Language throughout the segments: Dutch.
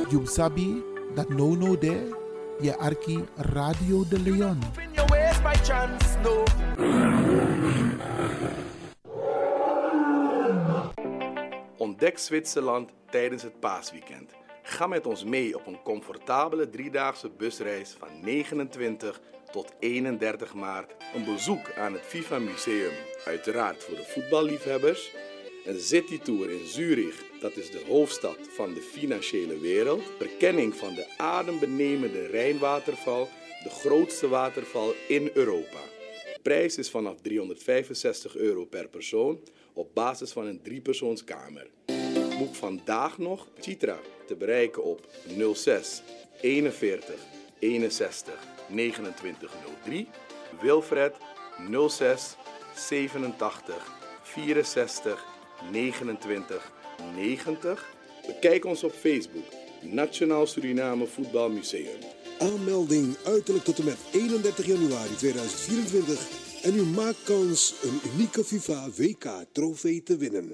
You sabi dat no there, je arki Radio de Leon. Ontdek Zwitserland tijdens het paasweekend. Ga met ons mee op een comfortabele 3-daagse busreis van 29 tot 31 maart. Een bezoek aan het FIFA Museum, uiteraard voor de voetballiefhebbers. Een citytour in Zurich, dat is de hoofdstad van de financiële wereld. Verkenning van de adembenemende Rijnwaterval, de grootste waterval in Europa. De prijs is vanaf €365 per persoon op basis van een 3-persoonskamer. Boek vandaag nog Chitra te bereiken op 06 41 61 2903. Wilfred 06 87 64 29 90. Bekijk ons op Facebook, Nationaal Suriname Voetbalmuseum. Aanmelding uiterlijk tot en met 31 januari 2024 en u maakt kans een unieke FIFA WK-trofee te winnen.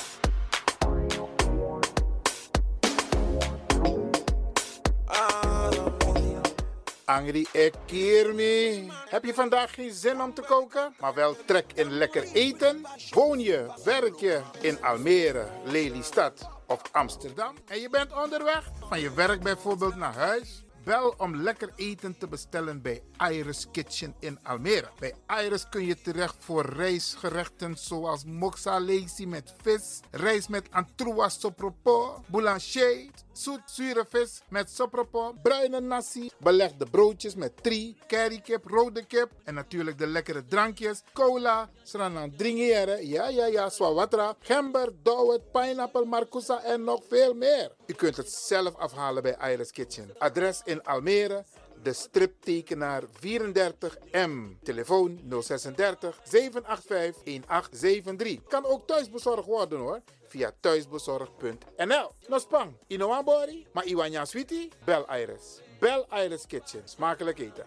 Angry Ekirmi. Heb je vandaag geen zin om te koken, maar wel trek in lekker eten? Woon je, werk je in Almere, Lelystad of Amsterdam en je bent onderweg van je werk bijvoorbeeld naar huis? Bel om lekker eten te bestellen bij Iris Kitchen in Almere. Bij Iris kun je terecht voor rijstgerechten zoals moksa lazy met vis, rijst met antroas sopropo, boulanger, zoet-zure vis met sopropo, bruine nasi, belegde broodjes met tri, currykip, rode kip en natuurlijk de lekkere drankjes, cola, sranan dringere, ja, swawatra, gember, dowet, pineapple, marcousa en nog veel meer. U kunt het zelf afhalen bij Iris Kitchen. Adres in Almere, de striptekenaar 34M. Telefoon 036 785 1873. Kan ook thuisbezorgd worden hoor. Via thuisbezorgd.nl. Nospang, Inoambori, maar Iwanya Sweetie, bel Iris. Bel Iris Kitchen. Smakelijk eten.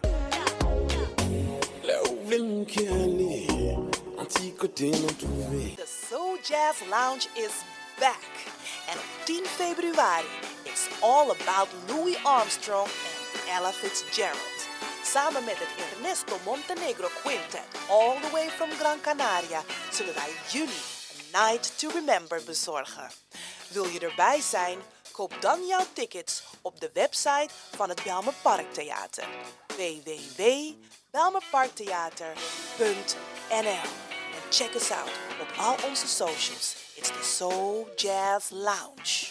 The Soul Jazz Lounge is back. En op 10 februari it's all about Louis Armstrong en Ella Fitzgerald. Samen met het Ernesto Montenegro Quintet, all the way from Gran Canaria, zullen wij jullie A Night to Remember bezorgen. Wil je erbij zijn? Koop dan jouw tickets op de website van het Bijlmer Parktheater. www.bijlmerparktheater.nl. En check us out op al onze socials. It's the Soul Jazz Lounge.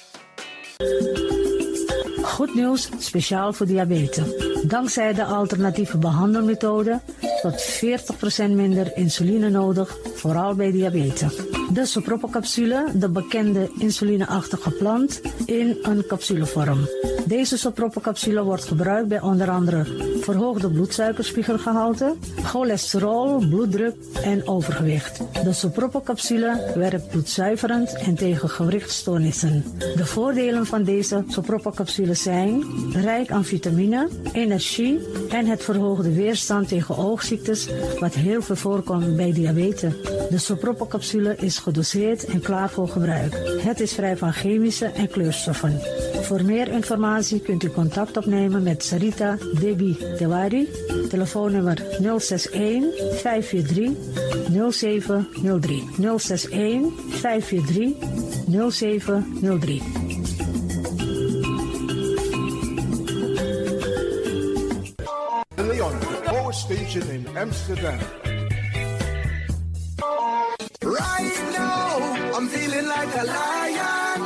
Goed nieuws, speciaal voor diabetes. Dankzij de alternatieve behandelmethode tot 40% minder insuline nodig, vooral bij diabetes. De Sopropo-capsule, de bekende insulineachtige plant, in een capsulevorm. Deze Sopropo-capsule wordt gebruikt bij onder andere verhoogde bloedsuikerspiegelgehalte, cholesterol, bloeddruk en overgewicht. De Sopropo-capsule werkt bloedzuiverend en tegen gewrichtstoornissen. De voordelen van deze Sopropo-capsule zijn rijk aan vitamine, energie en het verhoogde weerstand tegen oogziektes, wat heel veel voorkomt bij diabetes. De Sopropo-capsule is gedoseerd en klaar voor gebruik. Het is vrij van chemische en kleurstoffen. Voor meer informatie kunt u contact opnemen met Sarita Debi Dewari. Telefoonnummer 061 543 0703. 061 543 0703. De Leon, the Power Station in Amsterdam. Right now, I'm feeling like a lion.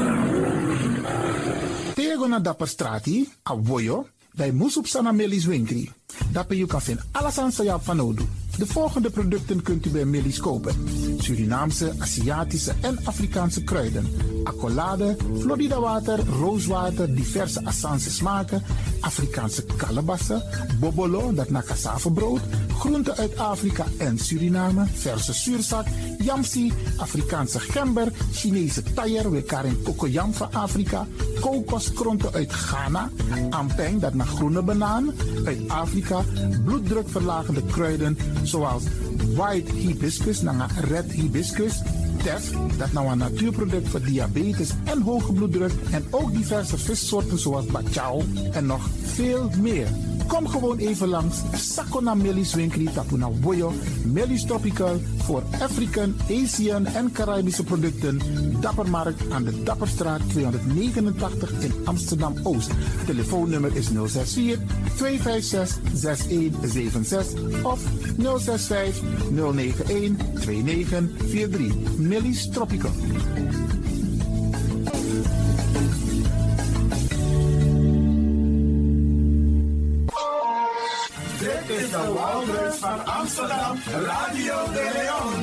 Tego na dapper strati, a voyo, dai musup sana melis winkri. Dapper you kan vinden alles aan sajap van Odu. De volgende producten kunt u bij Millie's kopen: Surinaamse, Aziatische en Afrikaanse kruiden, accolade, Florida water, rooswater, diverse Assange smaken, Afrikaanse kalebassen, bobolo, dat na cassavebrood, groenten uit Afrika en Suriname, verse zuurzak, yamsi, Afrikaanse gember, Chinese taier, we karen kokoyam van Afrika, kokoskronten uit Ghana, ampeng, dat na groene banaan, uit Afrika, bloeddrukverlagende kruiden zoals white hibiscus, red hibiscus, Tef, dat nou een natuurproduct voor diabetes en hoge bloeddruk en ook diverse vissoorten zoals bachao en nog veel meer. Kom gewoon even langs Sakona Melis Winkri Tapuna Boyo, Melis Tropical voor African, Asian en Caribische producten. Dappermarkt aan de Dapperstraat 289 in Amsterdam-Oost. Telefoonnummer is 064 256 6176 of 065 091 2943. Melis Tropical. Dit is de Wouders van Amsterdam, Radio de Leon.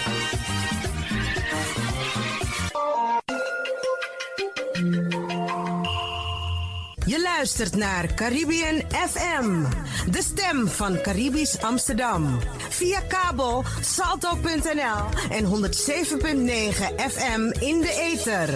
Je luistert naar Caribbean FM, de stem van Caribisch Amsterdam. Via kabel salto.nl en 107.9 FM in de ether.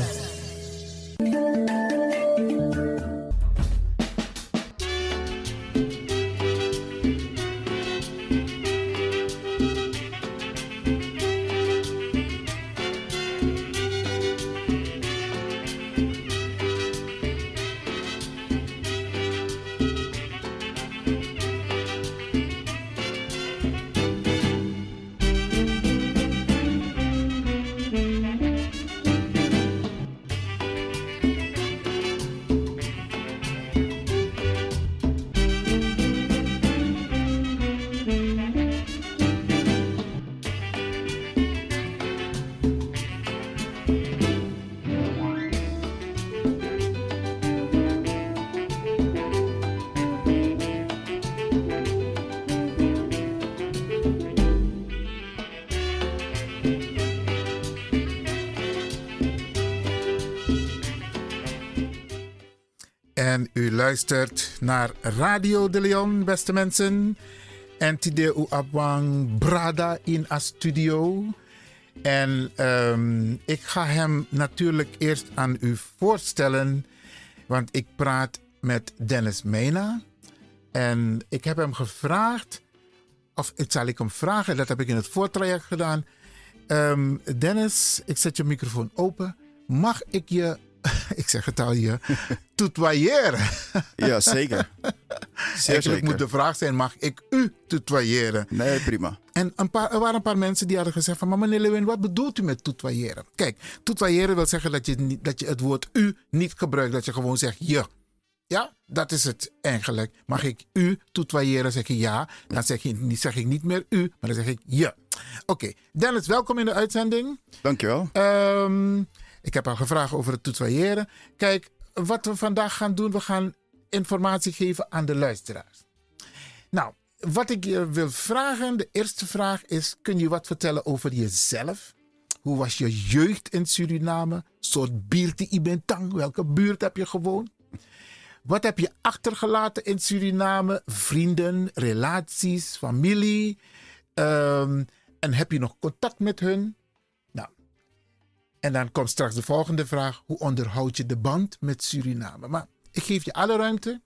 En u luistert naar Radio de Leon, beste mensen. En tide u abwang brada in a studio. En ik ga hem natuurlijk eerst aan u voorstellen. Want ik praat met Dennis Mena. En ik heb hem gevraagd, of ik zal hem vragen, dat heb ik in het voortraject gedaan. Dennis, ik zet je microfoon open. Mag ik je, ik zeg het al je, tutoyeren? Ja, zeker. Eigenlijk moet de vraag zijn, mag ik u tutoyeren? Nee, prima. En er waren een paar mensen die hadden gezegd van, maar meneer Lewin, wat bedoelt u met tutoyeren? Kijk, tutoyeren wil zeggen dat je het woord u niet gebruikt, dat je gewoon zegt je. Ja, dat is het eigenlijk. Mag ik u tutoyeren? Zeg je ja. Dan zeg ik niet meer u, maar dan zeg ik je. Oké, Dennis, welkom in de uitzending. Dankjewel. Ik heb al gevraagd over het tutoyeren. Kijk, wat we vandaag gaan doen, we gaan informatie geven aan de luisteraars. Nou, wat ik je wil vragen, de eerste vraag is, kun je wat vertellen over jezelf? Hoe was je jeugd in Suriname? Soort buurt je bent tang? Welke buurt heb je gewoond? Wat heb je achtergelaten in Suriname? Vrienden, relaties, familie? En heb je nog contact met hun? Nou, en dan komt straks de volgende vraag. Hoe onderhoud je de band met Suriname? Maar ik geef je alle ruimte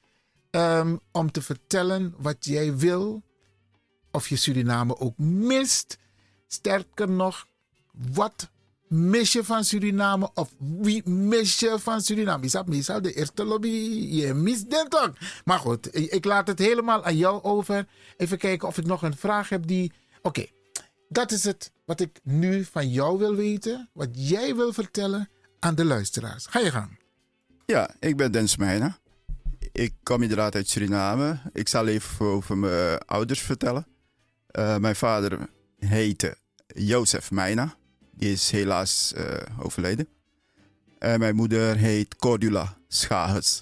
om te vertellen wat jij wil. Of je Suriname ook mist. Sterker nog, wat mis je van Suriname? Of wie mis je van Suriname? Je zegt meestal de eerste lobby, je mist dit ook. Maar goed, ik laat het helemaal aan jou over. Even kijken of ik nog een vraag heb die... Oké, dat is het wat ik nu van jou wil weten. Wat jij wil vertellen aan de luisteraars. Ga je gang. Ja, ik ben Dennis Mena. Ik kom inderdaad uit Suriname. Ik zal even over mijn ouders vertellen. Mijn vader heette Jozef Mena. Die is helaas overleden. En mijn moeder heet Cordula Schagers.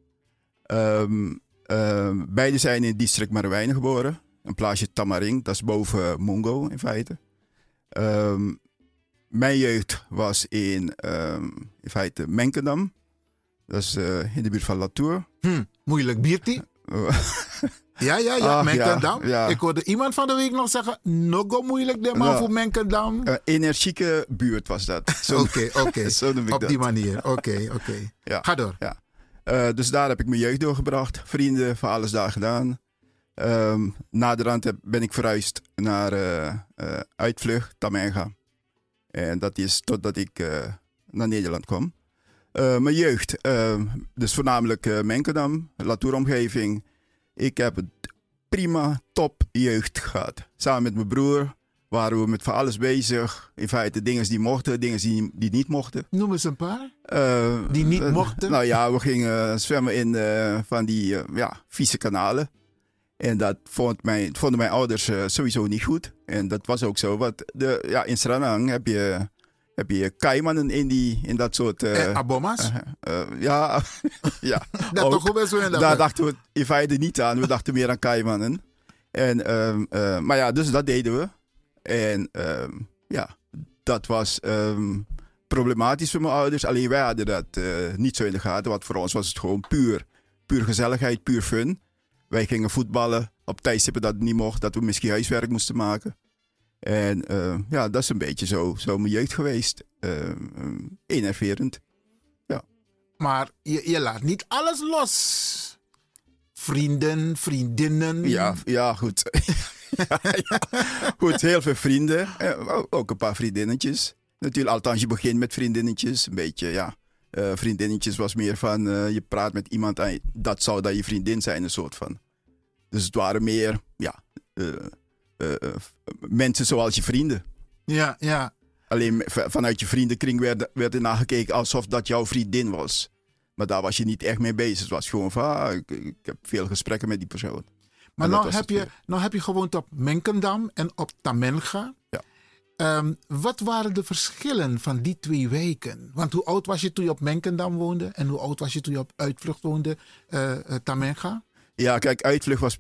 Beiden zijn in het district Marowijnen geboren. Een plaatsje Tamaring, dat is boven Mongo in feite. Mijn jeugd was in feite Menkendam. Dat is in de buurt van Latour. Moeilijk biertie. Ja, Menkendam. Ja. Ik hoorde iemand van de week nog zeggen, nogal moeilijk de man voor Menkendam. Energieke buurt was dat. Oké. Zo noem ik op dat. die manier. Oké. Ja. Ga door. Ja. Dus daar heb ik mijn jeugd doorgebracht. Vrienden, van alles daar gedaan. Naderhand ben ik verhuisd naar uitvlucht Tamenga. En dat is totdat ik naar Nederland kwam. Mijn jeugd, dus voornamelijk Menkendam, Latour-omgeving. Ik heb een prima top jeugd gehad. Samen met mijn broer waren we met van alles bezig. In feite dingen die mochten, dingen die niet mochten. Noem eens een paar. Die niet mochten? Nou ja, we gingen zwemmen in van die vieze kanalen. En dat vonden mijn ouders sowieso niet goed. En dat was ook zo. Want in Sranang heb je kaimannen in dat soort... abomas? Ja. Dat ook, toch ook best wel. Daar dachten we in feite niet aan. We dachten meer aan kaimannen. Maar ja, dus dat deden we. En dat was problematisch voor mijn ouders. Alleen wij hadden dat niet zo in de gaten. Want voor ons was het gewoon puur gezelligheid, puur fun. Wij gingen voetballen op tijdstippen dat het niet mocht. Dat we misschien huiswerk moesten maken. En dat is een beetje zo mijn jeugd geweest. Enerverend. Ja. Maar je laat niet alles los. Vrienden, vriendinnen. Ja, goed. Goed, heel veel vrienden. Ook een paar vriendinnetjes. Natuurlijk, althans, je begint met vriendinnetjes. Een beetje, vriendinnetjes was meer van... je praat met iemand en dat zou dan je vriendin zijn, een soort van. Dus het waren meer, mensen zoals je vrienden. Ja. Alleen vanuit je vriendenkring werd er naar gekeken alsof dat jouw vriendin was. Maar daar was je niet echt mee bezig. Het was gewoon van, ik heb veel gesprekken met die persoon. Maar nou heb je gewoond op Menkendam en op Tamenga. Ja. Wat waren de verschillen van die 2 wijken? Want hoe oud was je toen je op Menkendam woonde? En hoe oud was je toen je op Uitvlucht woonde, Tamenga? Ja, kijk, Uitvlucht was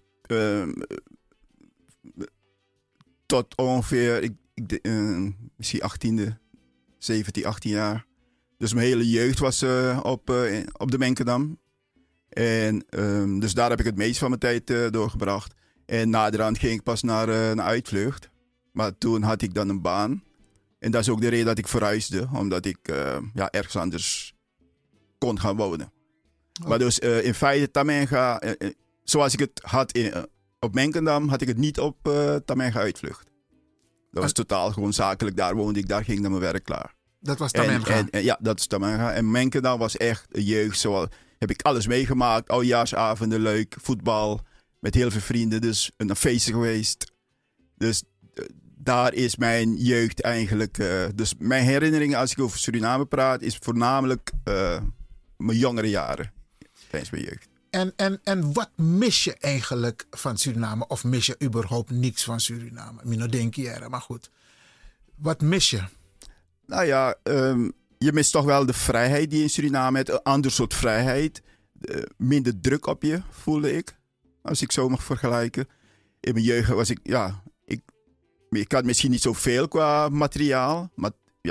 tot ongeveer misschien 17, 18 jaar. Dus mijn hele jeugd was op de Menkendam. En dus daar heb ik het meest van mijn tijd doorgebracht. En naderhand ging ik pas naar Uitvlucht. Maar toen had ik dan een baan. En dat is ook de reden dat ik verhuisde. Omdat ik ergens anders kon gaan wonen. Oh. Maar dus in feite Tamenga, zoals ik het had op Menkendam, had ik het niet op Tamenga Uitvlucht. Dat was totaal gewoon zakelijk. Daar woonde ik, daar ging dan mijn werk klaar. Dat was Tamenga? Ja, dat is Tamenga. En Menkendam was echt een jeugd. Zoals, heb ik alles meegemaakt. Oudjaarsavonden, leuk. Voetbal. Met heel veel vrienden. Dus een feestje geweest. Dus daar is mijn jeugd eigenlijk... dus mijn herinneringen als ik over Suriname praat... is voornamelijk mijn jongere jaren. Tijdens mijn jeugd. En wat mis je eigenlijk van Suriname? Of mis je überhaupt niks van Suriname? Ik denk je, maar goed. Wat mis je? Nou ja, je mist toch wel de vrijheid die je in Suriname hebt. Een ander soort vrijheid. Minder druk op je, voelde ik. Als ik zo mag vergelijken. In mijn jeugd was ik, ik had misschien niet zoveel qua materiaal. Maar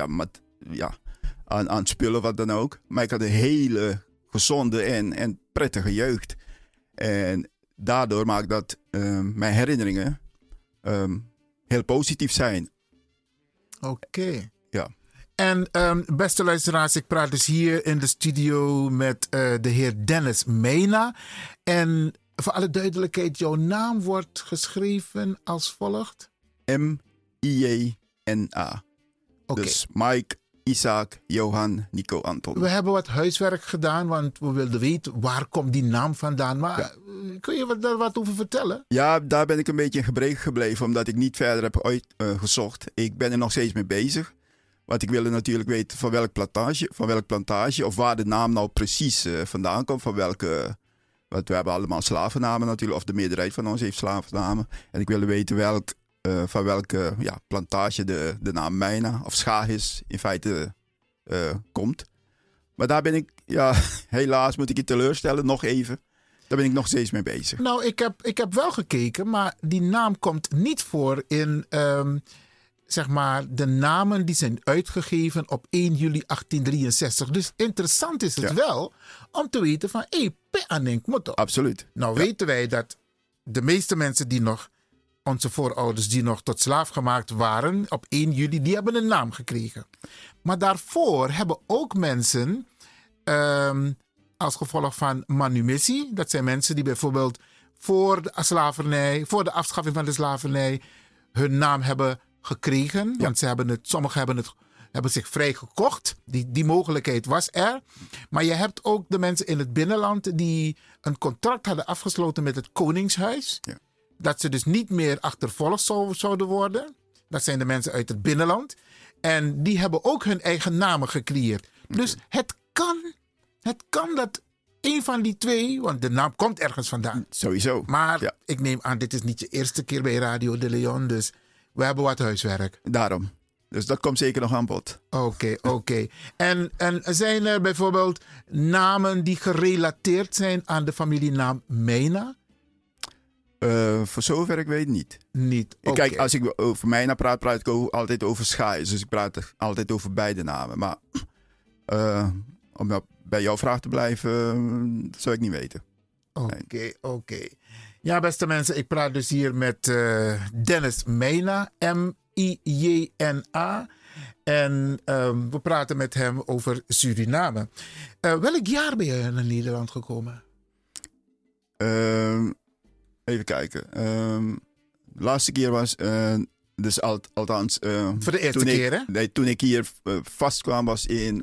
aan spullen, wat dan ook. Maar ik had een hele gezonde en prettige jeugd. En daardoor maakt dat mijn herinneringen heel positief zijn. Oké. Ja. En beste luisteraars, ik praat dus hier in de studio met de heer Dennis Mena. En voor alle duidelijkheid, jouw naam wordt geschreven als volgt? M-I-J-N-A. Okay. Dus Mike, Isaac, Johan, Nico, Anton. We hebben wat huiswerk gedaan, want we wilden weten waar komt die naam vandaan. Maar kun je daar wat over vertellen? Ja, daar ben ik een beetje in gebreken gebleven, omdat ik niet verder heb uitgezocht. Ik ben er nog steeds mee bezig. Want ik wilde natuurlijk weten van welk plantage of waar de naam nou precies vandaan komt. Van welke, want we hebben allemaal slavennamen natuurlijk, of de meerderheid van ons heeft slavennamen. En ik wilde weten van welke plantage de naam Mena of Schagis in feite komt. Maar daar ben ik, helaas moet ik je teleurstellen, nog even. Daar ben ik nog steeds mee bezig. Nou, ik heb wel gekeken, maar die naam komt niet voor in... zeg maar, de namen die zijn uitgegeven op 1 juli 1863. Dus interessant is het wel om te weten van, Peanink moet op. Absoluut. Nou weten wij dat de meeste mensen die nog, onze voorouders die nog tot slaaf gemaakt waren op 1 juli, die hebben een naam gekregen. Maar daarvoor hebben ook mensen, als gevolg van manumissie, dat zijn mensen die bijvoorbeeld voor de afschaffing van de slavernij, hun naam hebben gekregen. Want sommigen hebben het hebben zich vrijgekocht. Die mogelijkheid was er. Maar je hebt ook de mensen in het binnenland die een contract hadden afgesloten met het Koningshuis. Ja. Dat ze dus niet meer achtervolgd zouden worden. Dat zijn de mensen uit het binnenland. En die hebben ook hun eigen namen gecreëerd. Dus het kan dat een van die twee, want de naam komt ergens vandaan. Sowieso. Maar ik neem aan, dit is niet je eerste keer bij Radio de Leon. Dus we hebben wat huiswerk. Daarom. Dus dat komt zeker nog aan bod. Oké. En zijn er bijvoorbeeld namen die gerelateerd zijn aan de familienaam Mena? Voor zover ik weet niet. Niet. Okay. Kijk, als ik over Mena praat ik altijd over Schaais. Dus ik praat altijd over beide namen. Maar om bij jouw vraag te blijven, dat zou ik niet weten. Oké. Ja, beste mensen, ik praat dus hier met Dennis Mena, M-I-J-N-A. En we praten met hem over Suriname. Welk jaar ben je naar Nederland gekomen? Even kijken. De laatste keer was, dus althans... voor de eerste keer, hè? Nee, toen ik hier vastkwam was in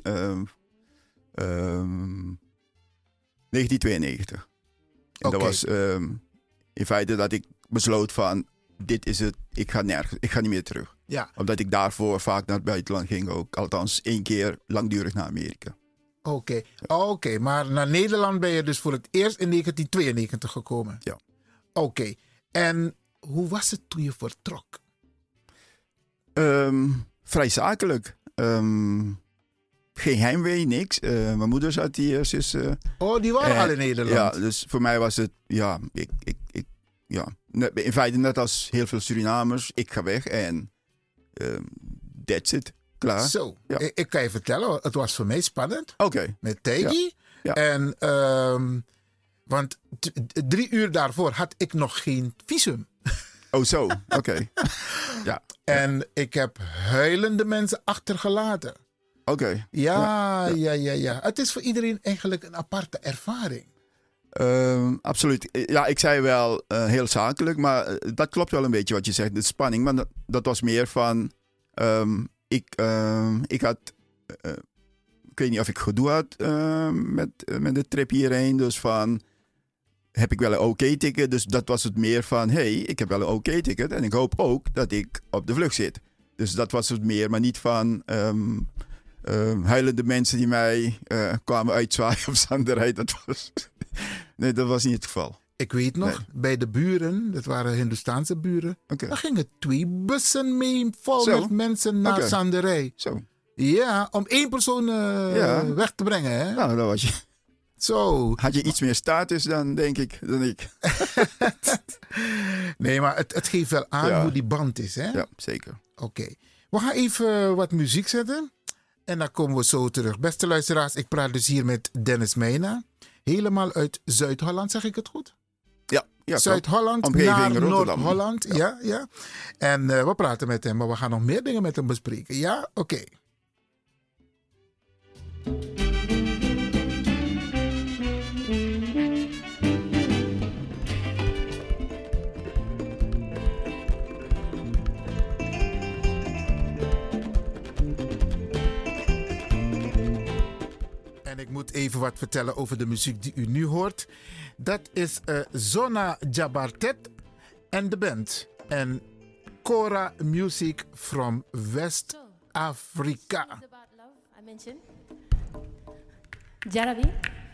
1992. En dat was in feite dat ik besloot van, dit is het, ik ga niet meer terug. Ja. Omdat ik daarvoor vaak naar het buitenland ging ook. Althans 1 keer langdurig naar Amerika. Oké, maar naar Nederland ben je dus voor het eerst in 1992 gekomen? Ja. Oké, en hoe was het toen je vertrok? Vrij zakelijk. Geen heimwee, niks. Mijn moeder zat hier. Die waren al in Nederland? Ja, dus voor mij was het, in feite net als heel veel Surinamers. Ik ga weg en that's it. Klaar. Zo, ja. Ik kan je vertellen, het was voor mij spannend. Oké. Met Tegi. Ja. En, want 3 uur daarvoor had ik nog geen visum. Oh zo, oké. Ja. En ik heb huilende mensen achtergelaten. Oké. Ja. Het is voor iedereen eigenlijk een aparte ervaring. Absoluut. Ja, ik zei wel heel zakelijk, maar dat klopt wel een beetje wat je zegt. De spanning, maar dat was meer van... Ik had... ik weet niet of ik gedoe had met de trip hierheen. Dus van... Heb ik wel een oké-ticket? Dus dat was het meer van... Hey, ik heb wel een oké-ticket en ik hoop ook dat ik op de vlucht zit. Dus dat was het meer, maar niet van... huilende mensen die mij kwamen uitzwaaien op Zanderij. Nee, dat was niet het geval. Ik weet nog, bij de buren, dat waren Hindoestaanse buren, daar gingen 2 bussen mee vol met mensen naar Zanderij. Zo. Ja, om 1 persoon weg te brengen. Hè? Nou, dat was je. Zo. Had je iets meer status dan, denk ik, dan ik. Nee, maar het geeft wel aan hoe die band is. Hè? Ja, zeker. Oké. We gaan even wat muziek zetten. En dan komen we zo terug. Beste luisteraars, ik praat dus hier met Dennis Mena. Helemaal uit Zuid-Holland, zeg ik het goed? Ja, Zuid-Holland naar Noord-Holland. Ja. En we praten met hem, maar we gaan nog meer dingen met hem bespreken. Ja? Oké. En ik moet even wat vertellen over de muziek die u nu hoort. Dat is Zona Jabartet en de band. En Kora Music from West Africa. I mentioned Jarabi.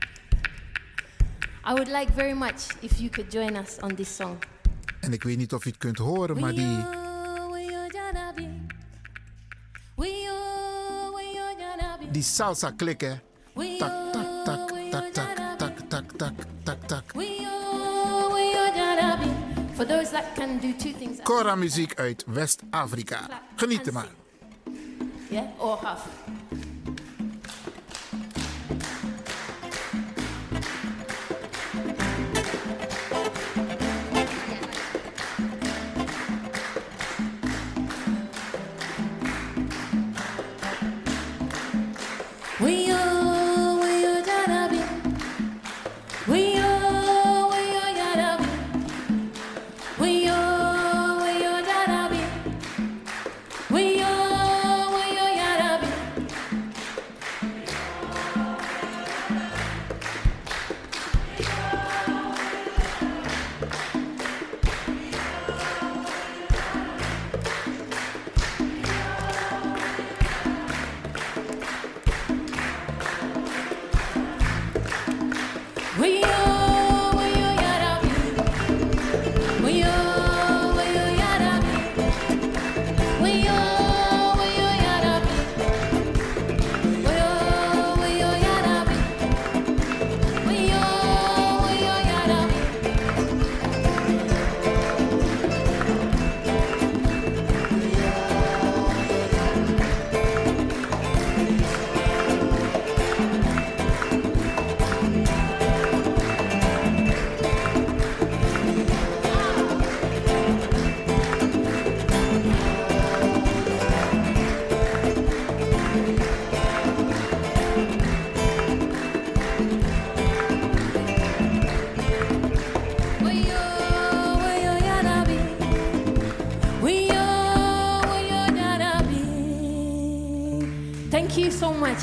I would like very much if you could join us on this song. En ik weet niet of je het kunt horen, maar die... Die salsa klikken. Tak, tak, tak, tak, tak, tak, tak, tak, tak, tak. Kora muziek uit West-Afrika. Geniet er maar. Yeah, or half. Thank you so much.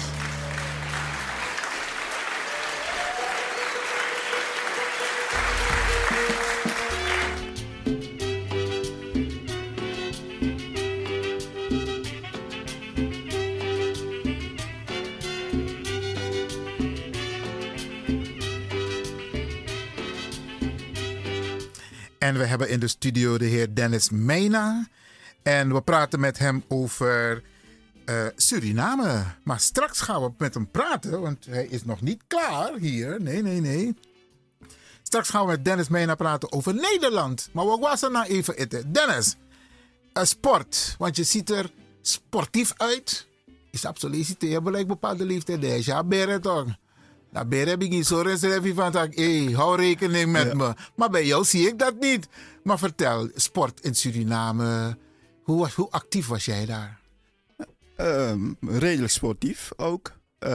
En we hebben in de studio de heer Dennis Mena. En we praten met hem over Suriname. Maar straks gaan we met hem praten, want hij is nog niet klaar hier. Nee. Straks gaan we met Dennis Mena praten over Nederland. Maar wat was er nou even eten? Dennis, sport. Want je ziet er sportief uit. Is absoluut te hebben een bepaalde leeftijd. Ja, beren toch? Nou, beren heb ik niet zo reserve van dat hou rekening met me. Maar bij jou zie ik dat niet. Maar vertel, sport in Suriname. Hoe actief was jij daar? Redelijk sportief ook.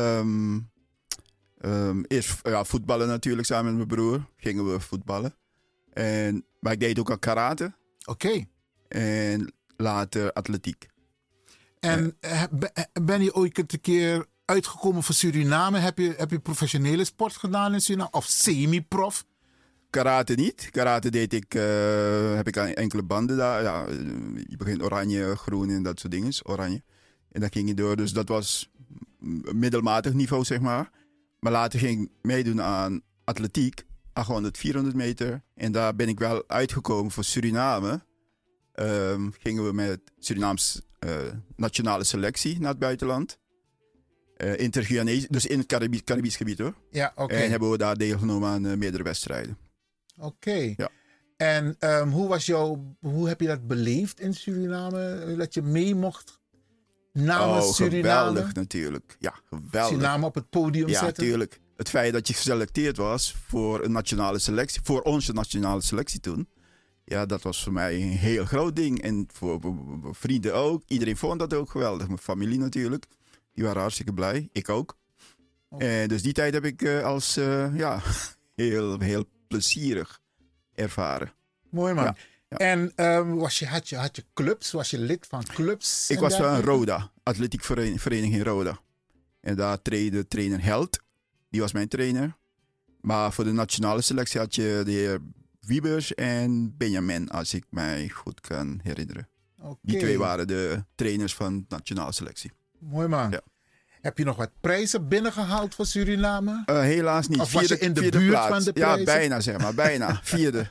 Eerst voetballen natuurlijk samen met mijn broer. Gingen we voetballen. Maar ik deed ook al karate. Oké. En later atletiek. En ben je ooit een keer uitgekomen voor Suriname? Heb je professionele sport gedaan in Suriname? Of semi-prof? Karate niet. Karate deed ik, heb ik enkele banden daar. Ja, je begint oranje, groen en dat soort dingen. Oranje. En dat ging je door. Dus dat was middelmatig niveau, zeg maar. Maar later ging ik meedoen aan atletiek. 800, 400 meter. En daar ben ik wel uitgekomen voor Suriname. Gingen we met Surinaams nationale selectie naar het buitenland. Interguyanese, dus in het Caribisch gebied hoor. Ja, oké. En hebben we daar deelgenomen aan meerdere wedstrijden. Oké. Ja. En hoe heb je dat beleefd in Suriname? Dat je mee mocht namens Suriname? Geweldig natuurlijk. Ja, geweldig. Suriname op het podium zetten? Ja, tuurlijk. Het feit dat je geselecteerd was voor een nationale selectie, voor onze nationale selectie toen. Ja, dat was voor mij een heel groot ding. En voor vrienden ook. Iedereen vond dat ook geweldig. Mijn familie natuurlijk. Die waren hartstikke blij. Ik ook. Okay. Dus die tijd heb ik als heel plezierig ervaren. Mooi man. Ja. En had je clubs? Was je lid van clubs? Ik was van Roda. Atletiek vereniging Roda. En daar trainde trainer Held. Die was mijn trainer. Maar voor de nationale selectie had je de heer Wiebers en Benjamin, als ik mij goed kan herinneren. Okay. Die twee waren de trainers van de nationale selectie. Mooi man. Ja. Heb je nog wat prijzen binnengehaald voor Suriname? Helaas niet. Of was je in de buurt plaats van de prijzen? Ja, bijna zeg maar. Bijna. Vierde.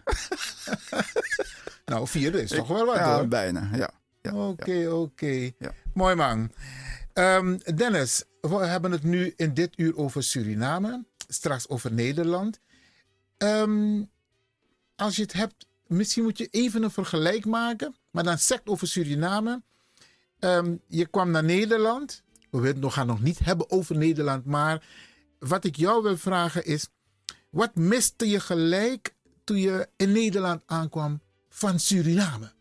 Nou, vierde is toch wel wat hoor. Bijna. Ja. Oké. Ja. Mooi man. Dennis, we hebben het nu in dit uur over Suriname. Straks over Nederland. Als je het hebt, misschien moet je even een vergelijk maken. Maar dan zegt over Suriname. Je kwam naar Nederland. We gaan nog niet hebben over Nederland. Maar wat ik jou wil vragen is. Wat miste je gelijk toen je in Nederland aankwam van Suriname?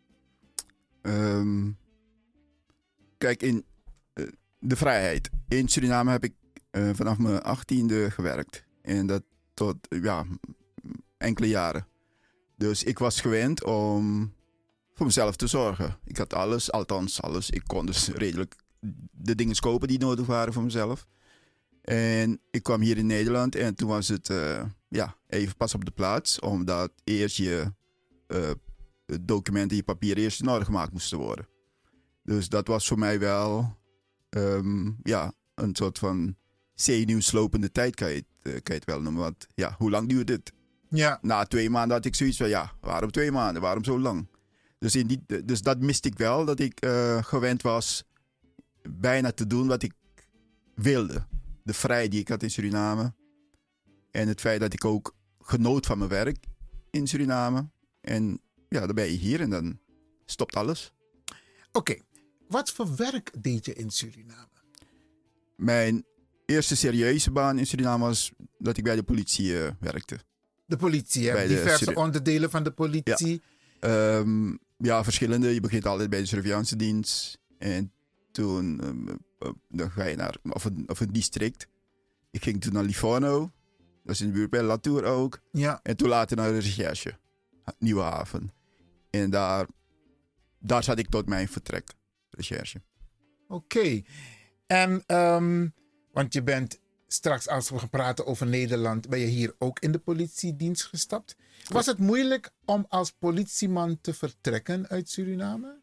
Kijk, in de vrijheid. In Suriname heb ik vanaf mijn 18e gewerkt. En dat tot enkele jaren. Dus ik was gewend om voor mezelf te zorgen. Ik had alles, althans alles. Ik kon dus redelijk de dingen kopen die nodig waren voor mezelf. En ik kwam hier in Nederland en toen was het even pas op de plaats. Omdat eerst je documenten, je papieren eerst in orde gemaakt moesten worden. Dus dat was voor mij wel een soort van zenuwslopende tijd, kan je kan je het wel noemen. Want ja, hoe lang duurt dit? Ja. Na 2 maanden had ik zoiets van, ja, waarom 2 maanden? Waarom zo lang? Dus dat miste ik wel, dat ik gewend was bijna te doen wat ik wilde. De vrijheid die ik had in Suriname. En het feit dat ik ook genoot van mijn werk in Suriname. En ja, dan ben je hier en dan stopt alles. Oké, wat voor werk deed je in Suriname? Mijn eerste serieuze baan in Suriname was dat ik bij de politie werkte. De politie, hè? Diverse onderdelen van de politie. Ja, verschillende. Je begint altijd bij de surveillance dienst. En toen dan ga je naar een district. Ik ging toen naar Livorno. Dat is in de buurt bij Latour ook. Ja. En toen later naar de recherche. Nieuwe Haven. En daar zat ik tot mijn vertrek. Recherche. Oké. En, want je bent straks, als we gaan praten over Nederland, ben je hier ook in de politiedienst gestapt. Was het moeilijk om als politieman te vertrekken uit Suriname?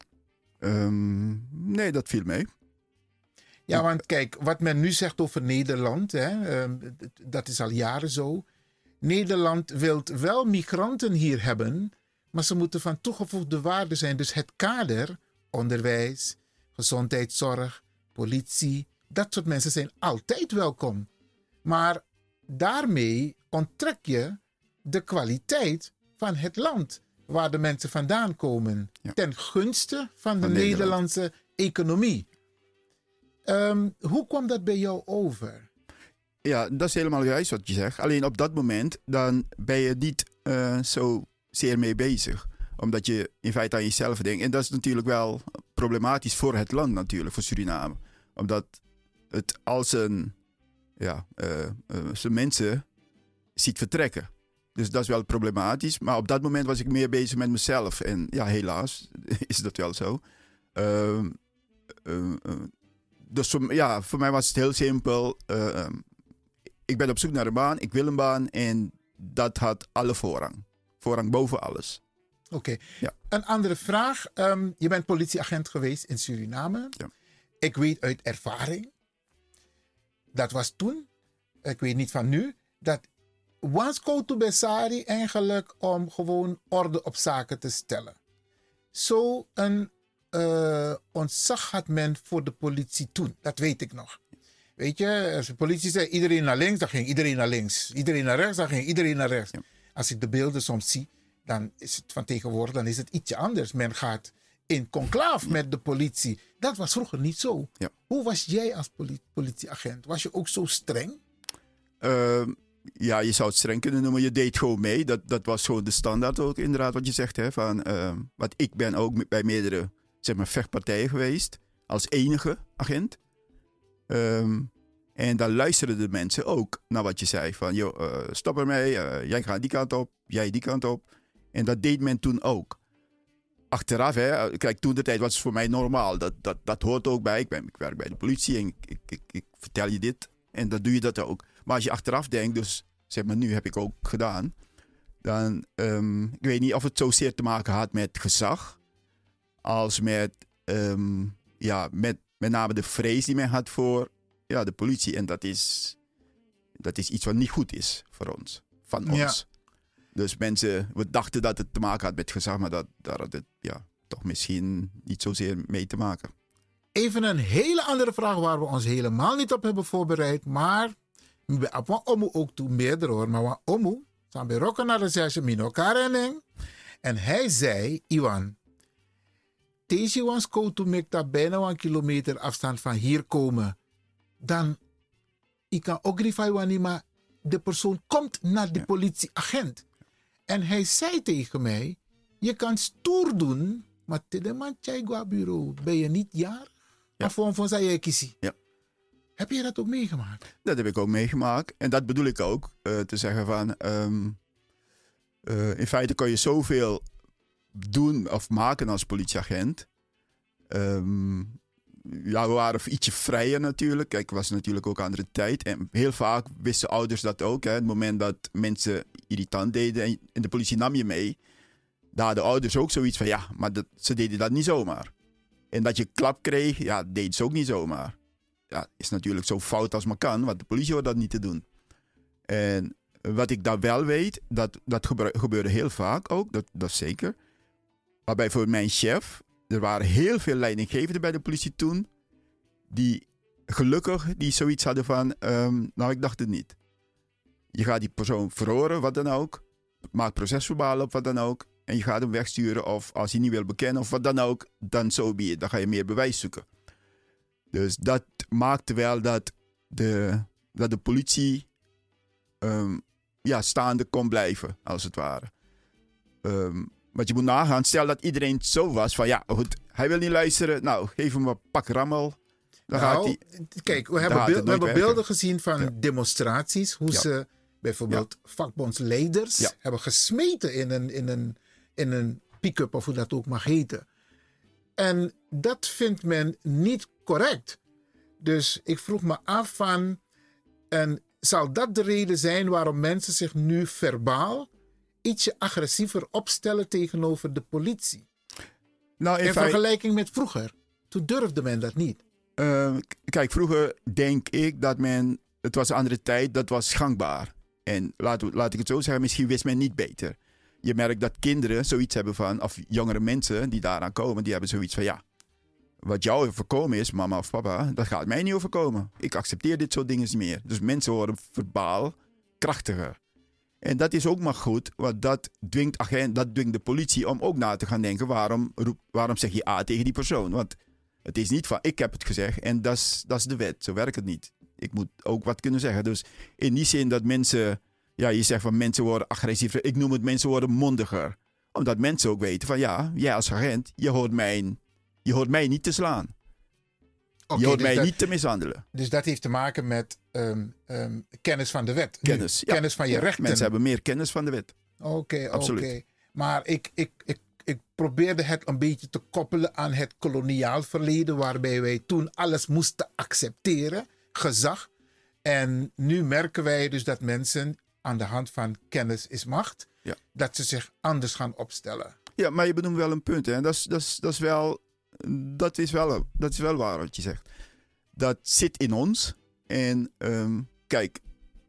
Nee, dat viel mee. Ja, want kijk, wat men nu zegt over Nederland, hè, dat is al jaren zo. Nederland wil wel migranten hier hebben, maar ze moeten van toegevoegde waarde zijn. Dus het kader, onderwijs, gezondheidszorg, politie, dat soort mensen zijn altijd welkom. Maar daarmee onttrek je de kwaliteit van het land waar de mensen vandaan komen. Ja. Ten gunste van de Nederlandse economie. Hoe kwam dat bij jou over? Ja, dat is helemaal juist wat je zegt. Alleen op dat moment dan ben je niet zo zeer mee bezig. Omdat je in feite aan jezelf denkt. En dat is natuurlijk wel problematisch voor het land natuurlijk, voor Suriname. Omdat het als zijn mensen ziet vertrekken. Dus dat is wel problematisch. Maar op dat moment was ik meer bezig met mezelf. En ja, helaas is dat wel zo. Dus voor mij was het heel simpel. Ik ben op zoek naar een baan. Ik wil een baan. En dat had alle voorrang. Voorrang boven alles. Oké. Ja. Een andere vraag. Je bent politieagent geweest in Suriname. Ja. Ik weet uit ervaring. Dat was toen. Ik weet niet van nu. Dat was Koutu Besari eigenlijk om gewoon orde op zaken te stellen. Zo een ontzag had men voor de politie toen. Dat weet ik nog. Weet je, als de politie zei iedereen naar links, dan ging iedereen naar links. Iedereen naar rechts, dan ging iedereen naar rechts. Ja. Als ik de beelden soms zie, dan is het van tegenwoordig, dan is het ietsje anders. Men gaat in conclaaf met de politie. Dat was vroeger niet zo. Ja. Hoe was jij als politieagent? Was je ook zo streng? Ja, je zou het streng kunnen noemen. Je deed gewoon mee. Dat was gewoon de standaard ook inderdaad wat je zegt. Hè, van, wat ik ben ook bij meerdere vechtpartijen geweest. Als enige agent. En dan luisterden de mensen ook naar wat je zei. Van, joh, stop ermee. Jij gaat die kant op. Jij die kant op. En dat deed men toen ook. Achteraf, hè, kijk, toen de tijd was het voor mij normaal. Dat hoort ook bij. Ik werk bij de politie en ik vertel je dit. En dan doe je dat ook. Maar als je achteraf denkt, dus zeg maar nu heb ik ook gedaan. Dan, ik weet niet of het zozeer te maken had met gezag. Als met name de vrees die men had voor de politie. En dat is iets wat niet goed is voor ons. Van ons. Dus we dachten dat het te maken had met gezag. Maar daar had het toch misschien niet zozeer mee te maken. Even een hele andere vraag waar we ons helemaal niet op hebben voorbereid. Maar we omu ook toe meerdere hoor. Maar we omu zijn bij rokken naar de zesje mino karening. En hij zei, Iwan, deze was koutu mekta bijna 1 kilometer afstand van hier komen. Dan, ik kan ook grifai maar de persoon komt naar de politieagent. En hij zei tegen mij, je kan stoer doen, maar te man chai bureau ben je niet jarig? Ja. Van zei je kiesie. Ja. Heb je dat ook meegemaakt? Dat heb ik ook meegemaakt. En dat bedoel ik ook. Te zeggen van, in feite kan je zoveel doen of maken als politieagent. We waren ietsje vrijer natuurlijk. Kijk, het was natuurlijk ook een andere tijd. En heel vaak wisten ouders dat ook. Hè. Het moment dat mensen irritant deden en de politie nam je mee. Daar hadden ouders ook zoiets van, maar ze deden dat niet zomaar. En dat je klap kreeg, deed ze ook niet zomaar. Ja, is natuurlijk zo fout als maar kan, want de politie hoort dat niet te doen. En wat ik dan wel weet, dat gebeurde heel vaak ook, dat zeker. Waarbij voor mijn chef, er waren heel veel leidinggevenden bij de politie toen, die gelukkig die zoiets hadden van, nou ik dacht het niet. Je gaat die persoon verhoren, wat dan ook. Maak procesverbaal op, wat dan ook. En je gaat hem wegsturen of als hij niet wil bekennen of wat dan ook, dan zo be it. Dan ga je meer bewijs zoeken. Dus dat maakte wel dat de politie staande kon blijven, als het ware. Want je moet nagaan, stel dat iedereen zo was van ja, goed, hij wil niet luisteren, nou geef hem een pak rammel. Dan gaat hij, kijk, we hebben beelden gezien van demonstraties, hoe ze bijvoorbeeld vakbondsleiders hebben gesmeten in een pick-up of hoe dat ook mag heten. En dat vindt men niet correct. Dus ik vroeg me af van, en zal dat de reden zijn waarom mensen zich nu verbaal ietsje agressiever opstellen tegenover de politie? Nou, in vergelijking met vroeger. Toen durfde men dat niet. Kijk, vroeger denk ik dat het was een andere tijd, dat was gangbaar. En laat ik het zo zeggen, misschien wist men niet beter. Je merkt dat kinderen zoiets hebben van, of jongere mensen die daaraan komen, die hebben zoiets van ja, wat jou overkomen is, mama of papa, dat gaat mij niet overkomen. Ik accepteer dit soort dingen niet meer. Dus mensen worden verbaal krachtiger. En dat is ook maar goed, want dat dwingt de politie om ook na te gaan denken, waarom zeg je A tegen die persoon? Want het is niet van, ik heb het gezegd en dat is de wet. Zo werkt het niet. Ik moet ook wat kunnen zeggen. Dus in die zin dat mensen, ja, je zegt van mensen worden agressiever. Ik noem het mensen worden mondiger. Omdat mensen ook weten van ja, jij als agent, je hoort mij niet te slaan. Je hoort mij niet te mishandelen. Dus dat heeft te maken met kennis van de wet. Kennis van je rechten. Mensen hebben meer kennis van de wet. Oké. Maar ik probeerde het een beetje te koppelen aan het koloniaal verleden, waarbij wij toen alles moesten accepteren, gezag. En nu merken wij dus dat mensen aan de hand van kennis is macht, dat ze zich anders gaan opstellen. Ja, maar je benoemt wel een punt. Hè? Dat is wel waar wat je zegt. Dat zit in ons. En kijk,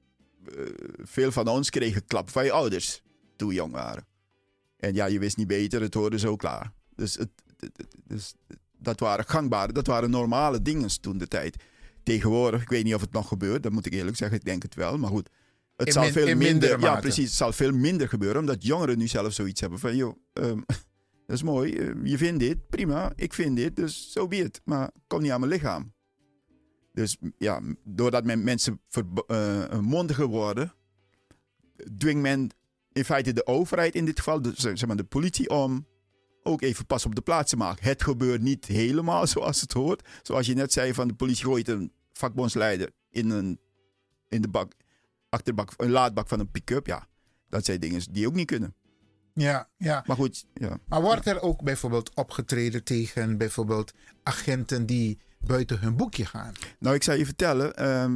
veel van ons kregen klap van je ouders toen we jong waren. En ja, je wist niet beter, het hoorde zo klaar. Dus dat waren gangbare, dat waren normale dingen toen de tijd. Tegenwoordig, ik weet niet of het nog gebeurt, dat moet ik eerlijk zeggen, ik denk het wel. Maar goed, het zal veel minder. Ja, precies, het zal veel minder gebeuren, omdat jongeren nu zelf zoiets hebben van, joh, dat is mooi, je vindt dit, prima, ik vind dit, dus zo be it. Maar kom niet aan mijn lichaam. Dus ja, doordat mensen mondiger worden, dwingt men in feite de overheid in dit geval, de politie, om ook even pas op de plaats te maken. Het gebeurt niet helemaal zoals het hoort. Zoals je net zei, van de politie gooit een vakbondsleider in de bak, achterbak, een laadbak van een pick-up. Ja, dat zijn dingen die ook niet kunnen. Ja. Maar goed, ja. Maar wordt er ook bijvoorbeeld opgetreden tegen bijvoorbeeld agenten die buiten hun boekje gaan? Nou, ik zal je vertellen,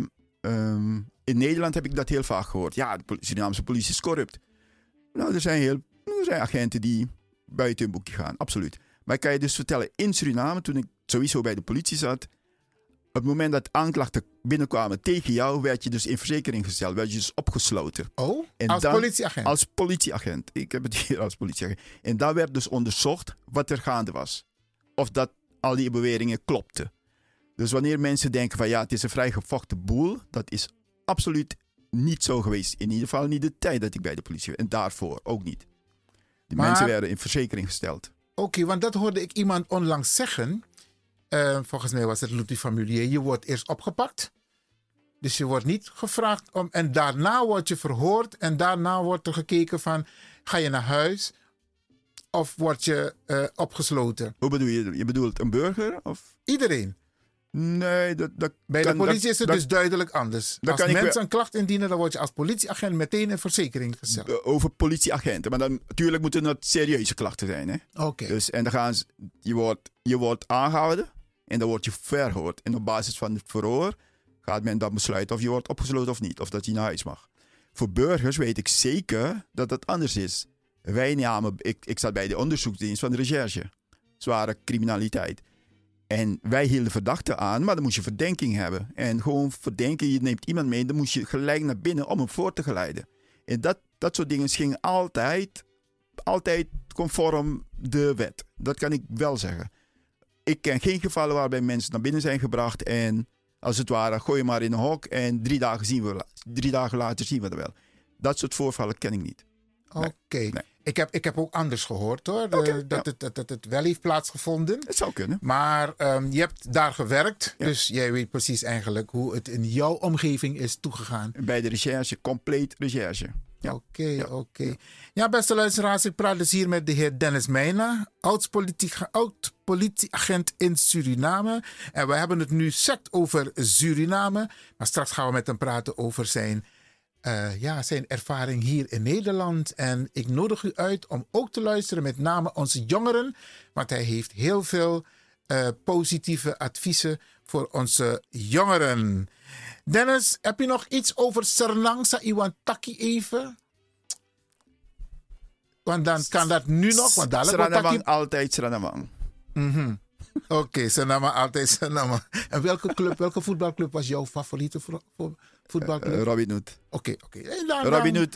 in Nederland heb ik dat heel vaak gehoord. Ja, de Surinaamse politie is corrupt. Nou, er zijn agenten die buiten hun boekje gaan, absoluut. Maar ik kan je dus vertellen, in Suriname, toen ik sowieso bij de politie zat, op het moment dat aanklachten binnenkwamen tegen jou, werd je dus in verzekering gesteld, werd je dus opgesloten. Oh, politieagent? Als politieagent. Ik heb het hier als politieagent. En daar werd dus onderzocht wat er gaande was. Of dat al die beweringen klopten. Dus wanneer mensen denken van ja, het is een vrij gevochten boel, dat is absoluut niet zo geweest. In ieder geval niet de tijd dat ik bij de politie was. En daarvoor ook niet. Die mensen werden in verzekering gesteld. Oké, want dat hoorde ik iemand onlangs zeggen. Volgens mij was het Ludwig van Mulier. Je wordt eerst opgepakt. Dus je wordt niet gevraagd om. En daarna word je verhoord. En daarna wordt er gekeken van, ga je naar huis? Of word je opgesloten? Hoe bedoel je? Je bedoelt een burger? Of? Iedereen. Nee, bij de politie is het dus duidelijk anders. Als mensen een klacht indienen, dan word je als politieagent meteen in verzekering gesteld. Over politieagenten. Maar dan natuurlijk moeten het serieuze klachten zijn. Hè? Oké. Dus, en dan gaan ze, je wordt aangehouden en dan word je verhoord. En op basis van het verhoor gaat men dan besluiten of je wordt opgesloten of niet. Of dat je naar huis mag. Voor burgers weet ik zeker dat het anders is. Ik zat bij de onderzoeksdienst van de recherche. Zware criminaliteit. En wij hielden verdachten aan, maar dan moest je verdenking hebben. En gewoon verdenken, je neemt iemand mee, dan moest je gelijk naar binnen om hem voor te geleiden. En dat soort dingen gingen altijd conform de wet. Dat kan ik wel zeggen. Ik ken geen gevallen waarbij mensen naar binnen zijn gebracht en als het ware, gooi je maar in een hok en 3 dagen later zien we het wel. Dat soort voorvallen ken ik niet. Oké. Nee. Ik heb ook anders gehoord hoor. Dat het wel heeft plaatsgevonden. Het zou kunnen. Maar je hebt daar gewerkt. Ja. Dus jij weet precies eigenlijk hoe het in jouw omgeving is toegegaan. Bij de recherche, compleet recherche. Ja. Oké. Ja, beste luisteraars, ik praat dus hier met de heer Dennis Meijna, oud-politieagent in Suriname. En we hebben het nu sect over Suriname. Maar straks gaan we met hem praten over zijn ervaring hier in Nederland. En ik nodig u uit om ook te luisteren, met name onze jongeren. Want hij heeft heel veel positieve adviezen voor onze jongeren. Dennis, heb je nog iets over Sernang? Sa Iwan Taki even? Want dan kan dat nu nog. Sernamang altijd Sernamang. Oké, Sernamang altijd Sernamang. En welke voetbalclub was jouw favoriete voetbalclub? Robin Hood. Oké. Robin Hood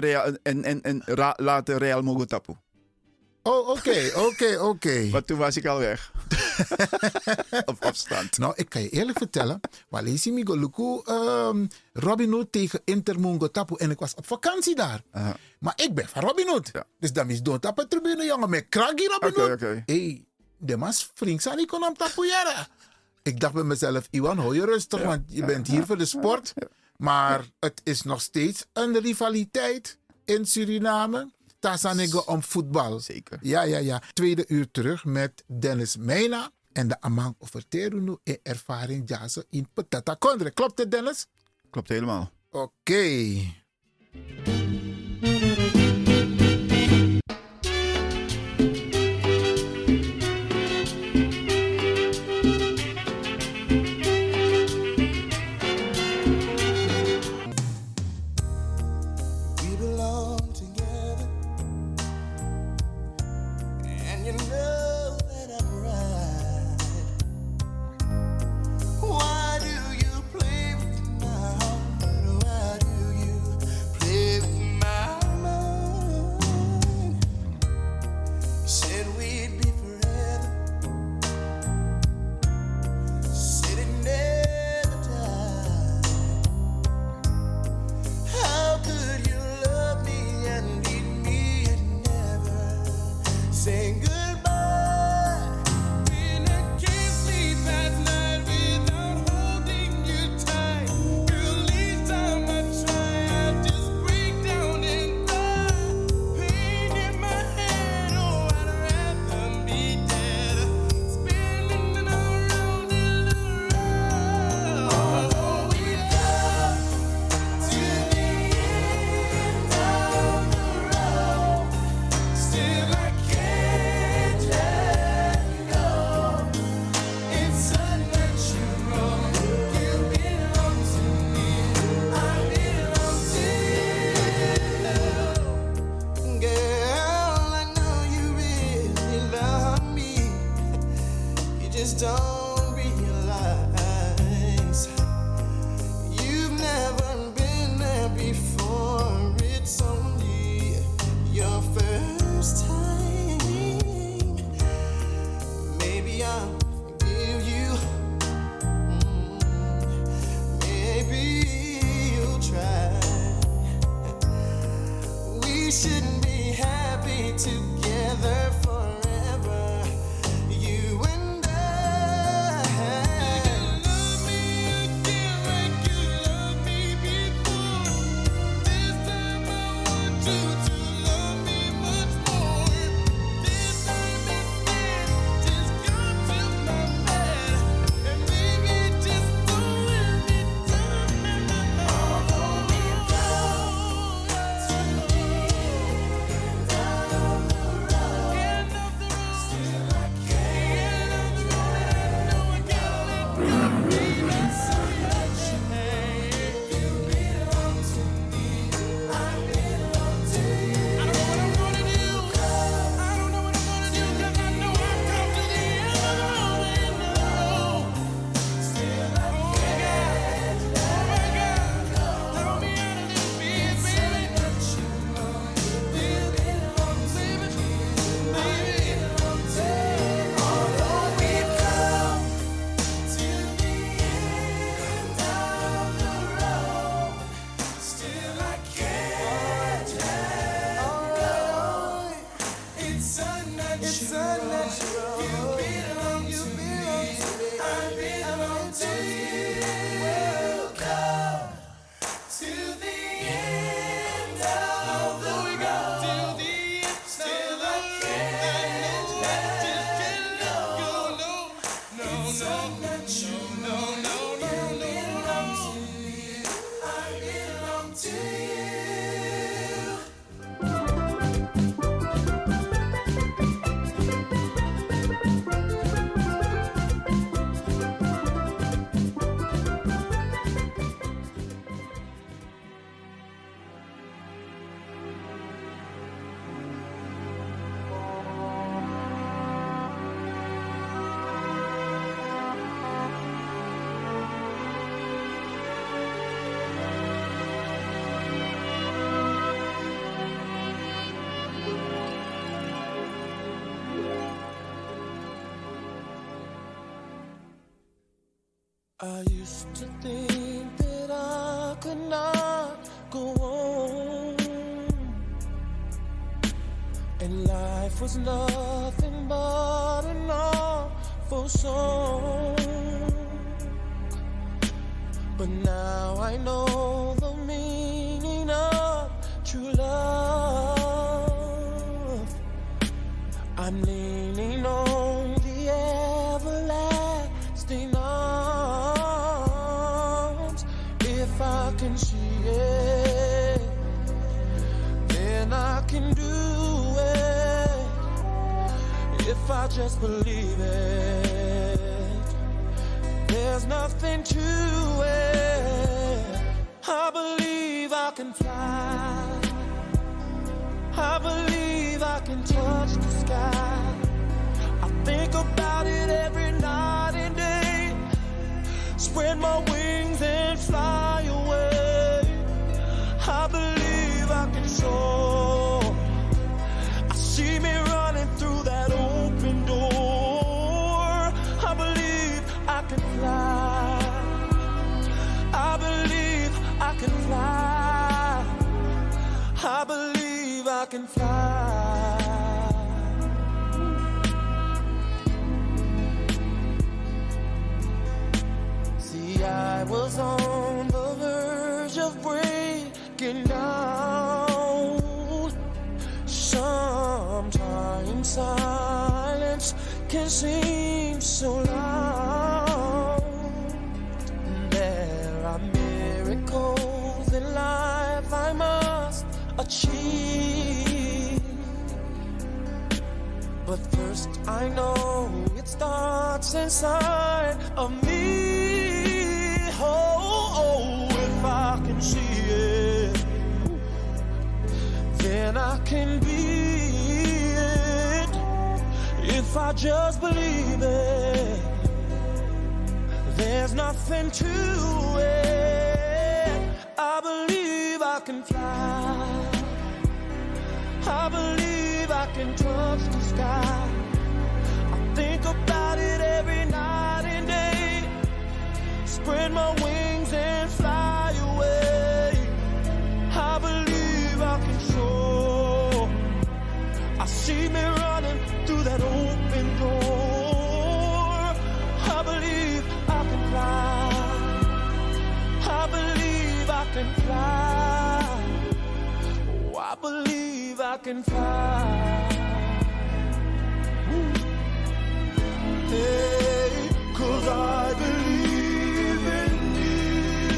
later Real Mogotapu. Oh, oké. Maar toen was ik al weg. Op afstand. Nou, ik kan je eerlijk vertellen. Walesi Migoluku Robin Hood tegen Inter Mogotapu. En ik was op vakantie daar. Maar ik ben van Robin Hood. Ja. Dus dan is dood op de tribune, jongen. Met kraggy Robin Hood. Hey, de mas flink aan die kon hem tapoeieren. Ik dacht bij mezelf, Iwan, hou je rustig. Want je bent hier voor de sport. Maar het is nog steeds een rivaliteit in Suriname. Tasanego om voetbal. Zeker. Ja. Tweede uur terug met Dennis Meijna. En de amang over Terunu in ervaring jazen in Petata Kondre. Klopt het, Dennis? Klopt helemaal. Oké. I used to think that I could not go on, and life was nothing but an awful song. But now I know the meaning of true love. I'm leaning on the everlasting arms. If I can see it, then I can do it. If I just believe it, there's nothing to it. I believe I can fly. I believe I can touch the sky. I think about it every night and day. Spread my wings and fly away. I believe I can soar. I see me running through that open door. I believe I can fly. I believe I can fly. I believe I can fly. See, I was on the verge of breaking down. Sometimes silence can seem so loud. There are miracles in life I must achieve. But first I know it starts inside of me. Oh, if I can see it, then I can be it. If I just believe it, there's nothing to it. I believe I can fly. I believe I can touch the sky. I think about it every night and day. Spread my wings and fly away. I believe I can soar. I see me running through that open door. I believe I can fly. I believe I can fly. Oh, I believe I can fly. Hey, 'cause I believe in you.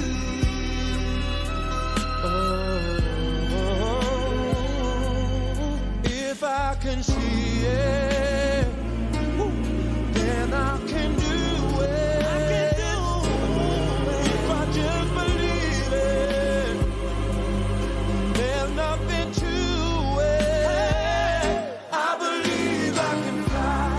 Oh, if I can see it, then I can do it. I can do it. If I just believe it, there's nothing to it. I believe I can fly.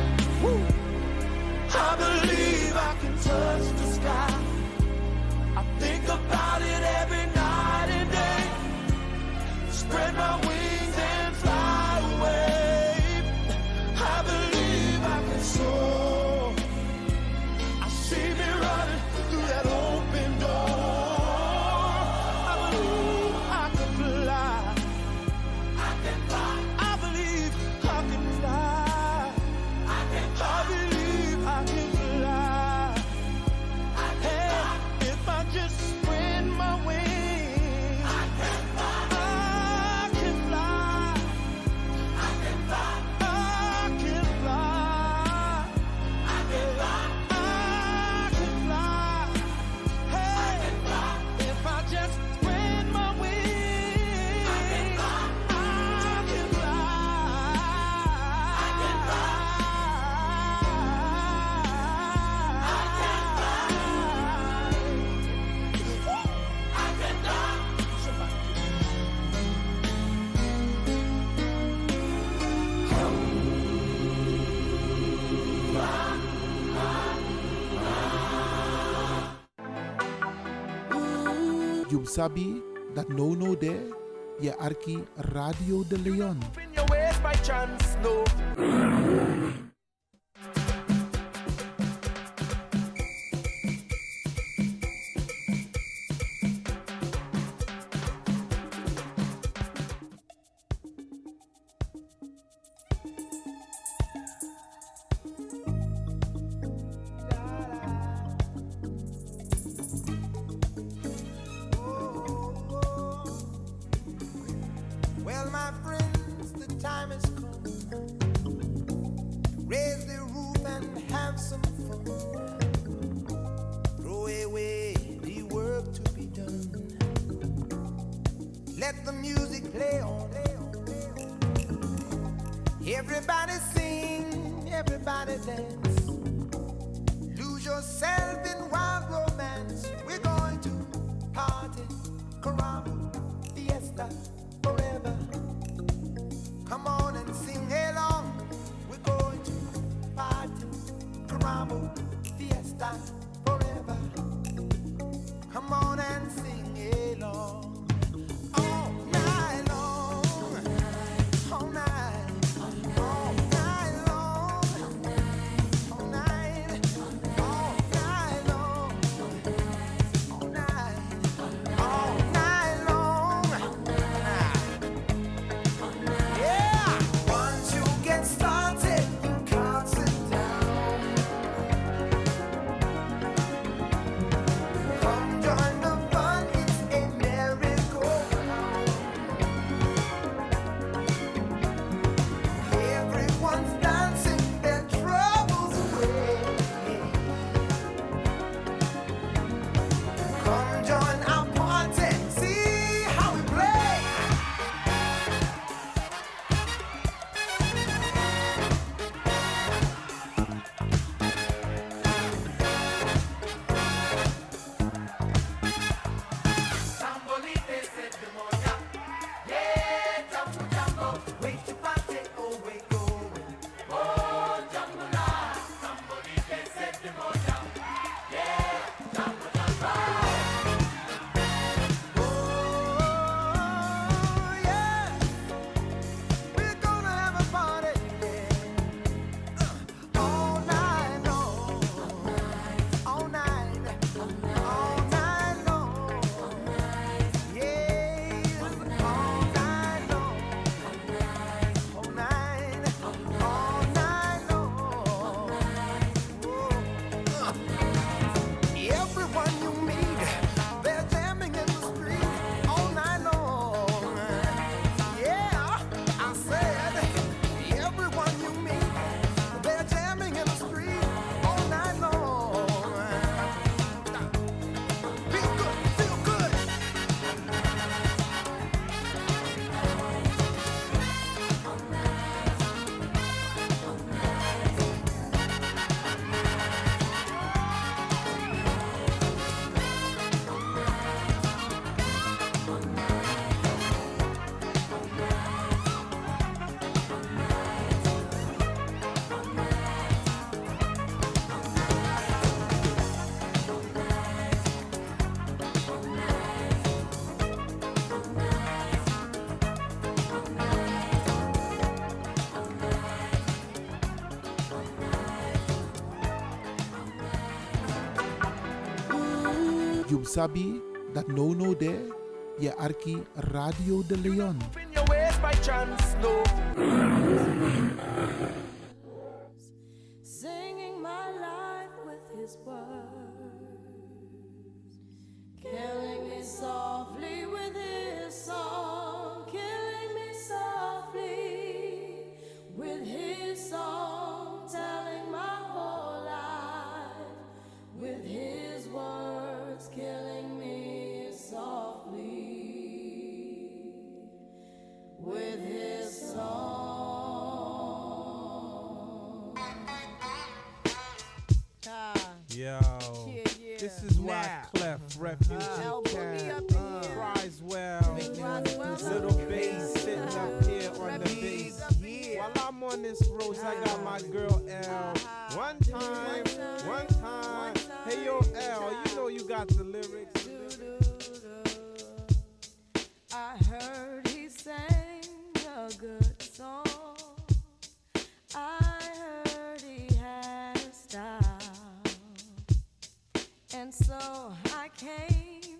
I believe I can touch the sky. I think about it every night and day. Spread my wings and fly away. I believe I can soar. I see me running through that open door. I believe I can fly. I can fly. I believe I can fly. I can fly. I believe I can fly. I can fly. If I just spread my wings, I can fly. I can fly. I can fly. I can fly. I can fly. I can fly. Hey, I can fly. If I just spread my wings, I can fly. I can fly. I can fly. I can You sabi that no there, je arki Radio de Leon. in your ways by chance, no. time has come. Raise the roof and have some fun. Throw away the work to be done. Let the music play on. Everybody sing, everybody dance. Lose yourself in wild romance. We're going to party, caramba, fiesta, forever. Come on and sing along. We're going to party, caramba, fiesta, forever. Come on and sing along. All night long, all night, all night long, all night, all night long, all night, all night long. Yeah, once you get started, you can't sit down. Come join the fun, it's a merry-go-round. Everyone's dancing their troubles away. Come join our party, see how we play. Sambolite said the moya, yeah, jambo jambo, wait to party, oh we going, oh jambo la. Sambolite said the moya, yeah, jambo jambo. Oh yeah, we're gonna have a party, yeah. All night long, all night, all night long. Yes, all night long, all night, all night long. Everyone you meet, they're jamming in the street all night long. Yeah, I said, everyone you meet, they're jamming in the street all night long. Feel good, feel good. You sabi that no there, je arki Radio de Leon. In your ways by chance, no. Singing my life with his words, killing me softly with his song, killing me softly with his song, telling my whole life with his words, killing me softly with his song. Yo, this is why Clef Refugee Camp cries well. Little bass sitting up here on the bass. While I'm on this road, I got my girl L. One time. Hey yo L, you know you got the lyrics. I heard he sang a good song. I heard he had a style. And so I came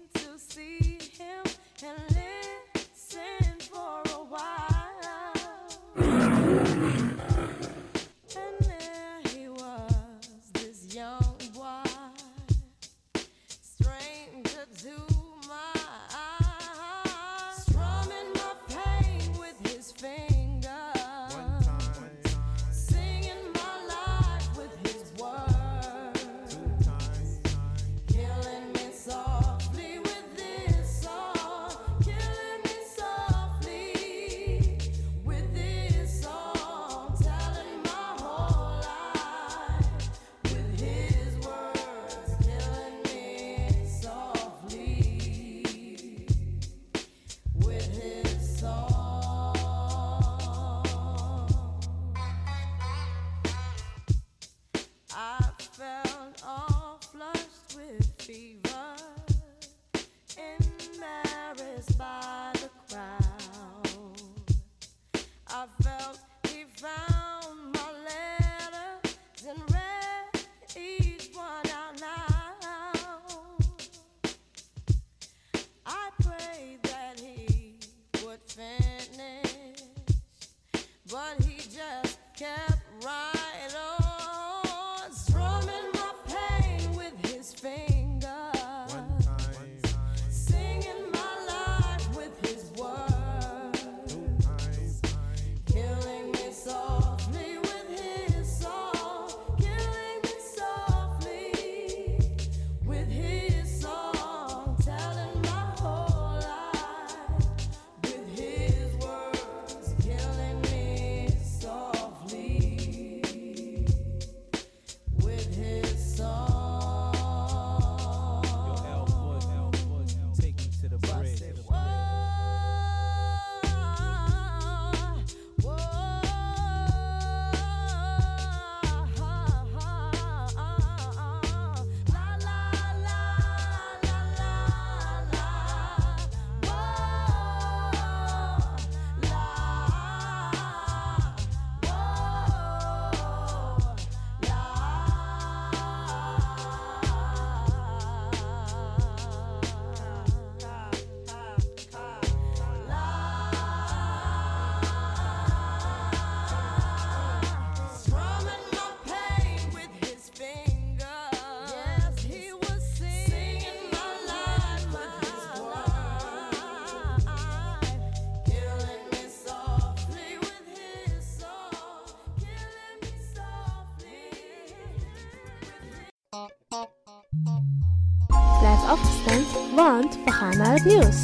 afgestemd, want we gaan naar het nieuws.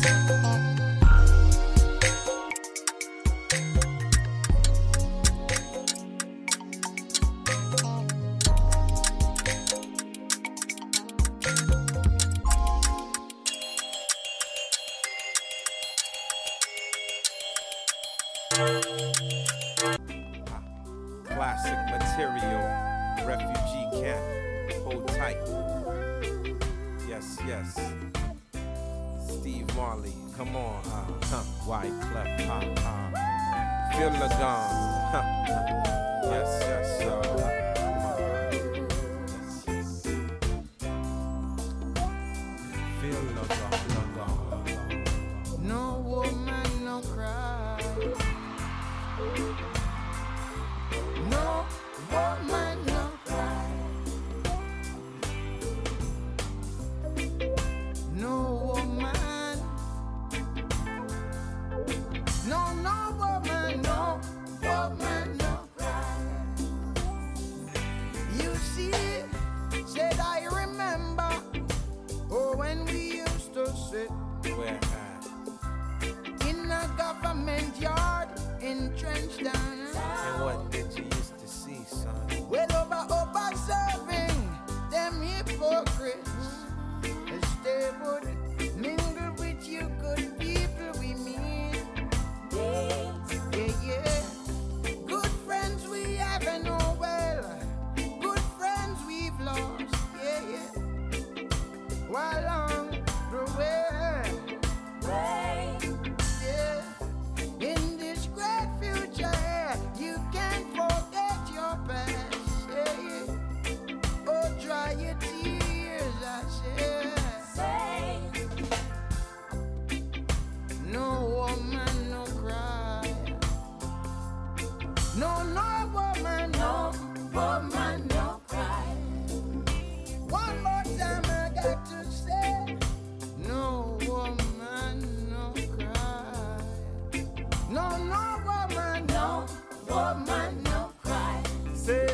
Classic material, refugee camp, hold tight. Yes, yes. Steve Marley, come on, White Clef, feel the gong, yes, yes, come on. Yes, yes. Feel the gong. No woman, no cry. No woman, no cry. No woman. No, no woman, no woman, no cry. You see, said I remember, oh, when we used to sit Where in a government yard in Trenchtown. and what did you used to see, son? Well, observing them hypocrites as they would mingle with you good people we meet. Yeah, yeah. Good friends we have and oh well. Good friends we've lost. Yeah, yeah. While on the way. Yeah. In this great future, you can't forget your past. Yeah, yeah. Oh, dry your tears, I say. No woman, no cry. No, no woman, no woman, no cry. One more time I got to say, no woman, no cry. No, no woman, no woman, no cry. Say,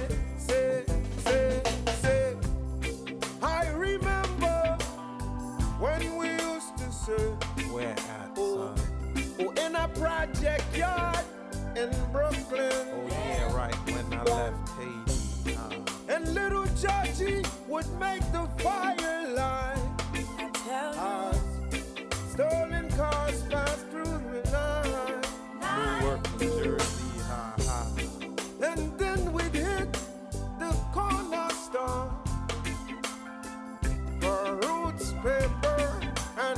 I remember when we used to say, where at, son? oh, in a project yard in Brooklyn. Oh yeah, right, when I left Haiti. And little Georgie would make the fire line.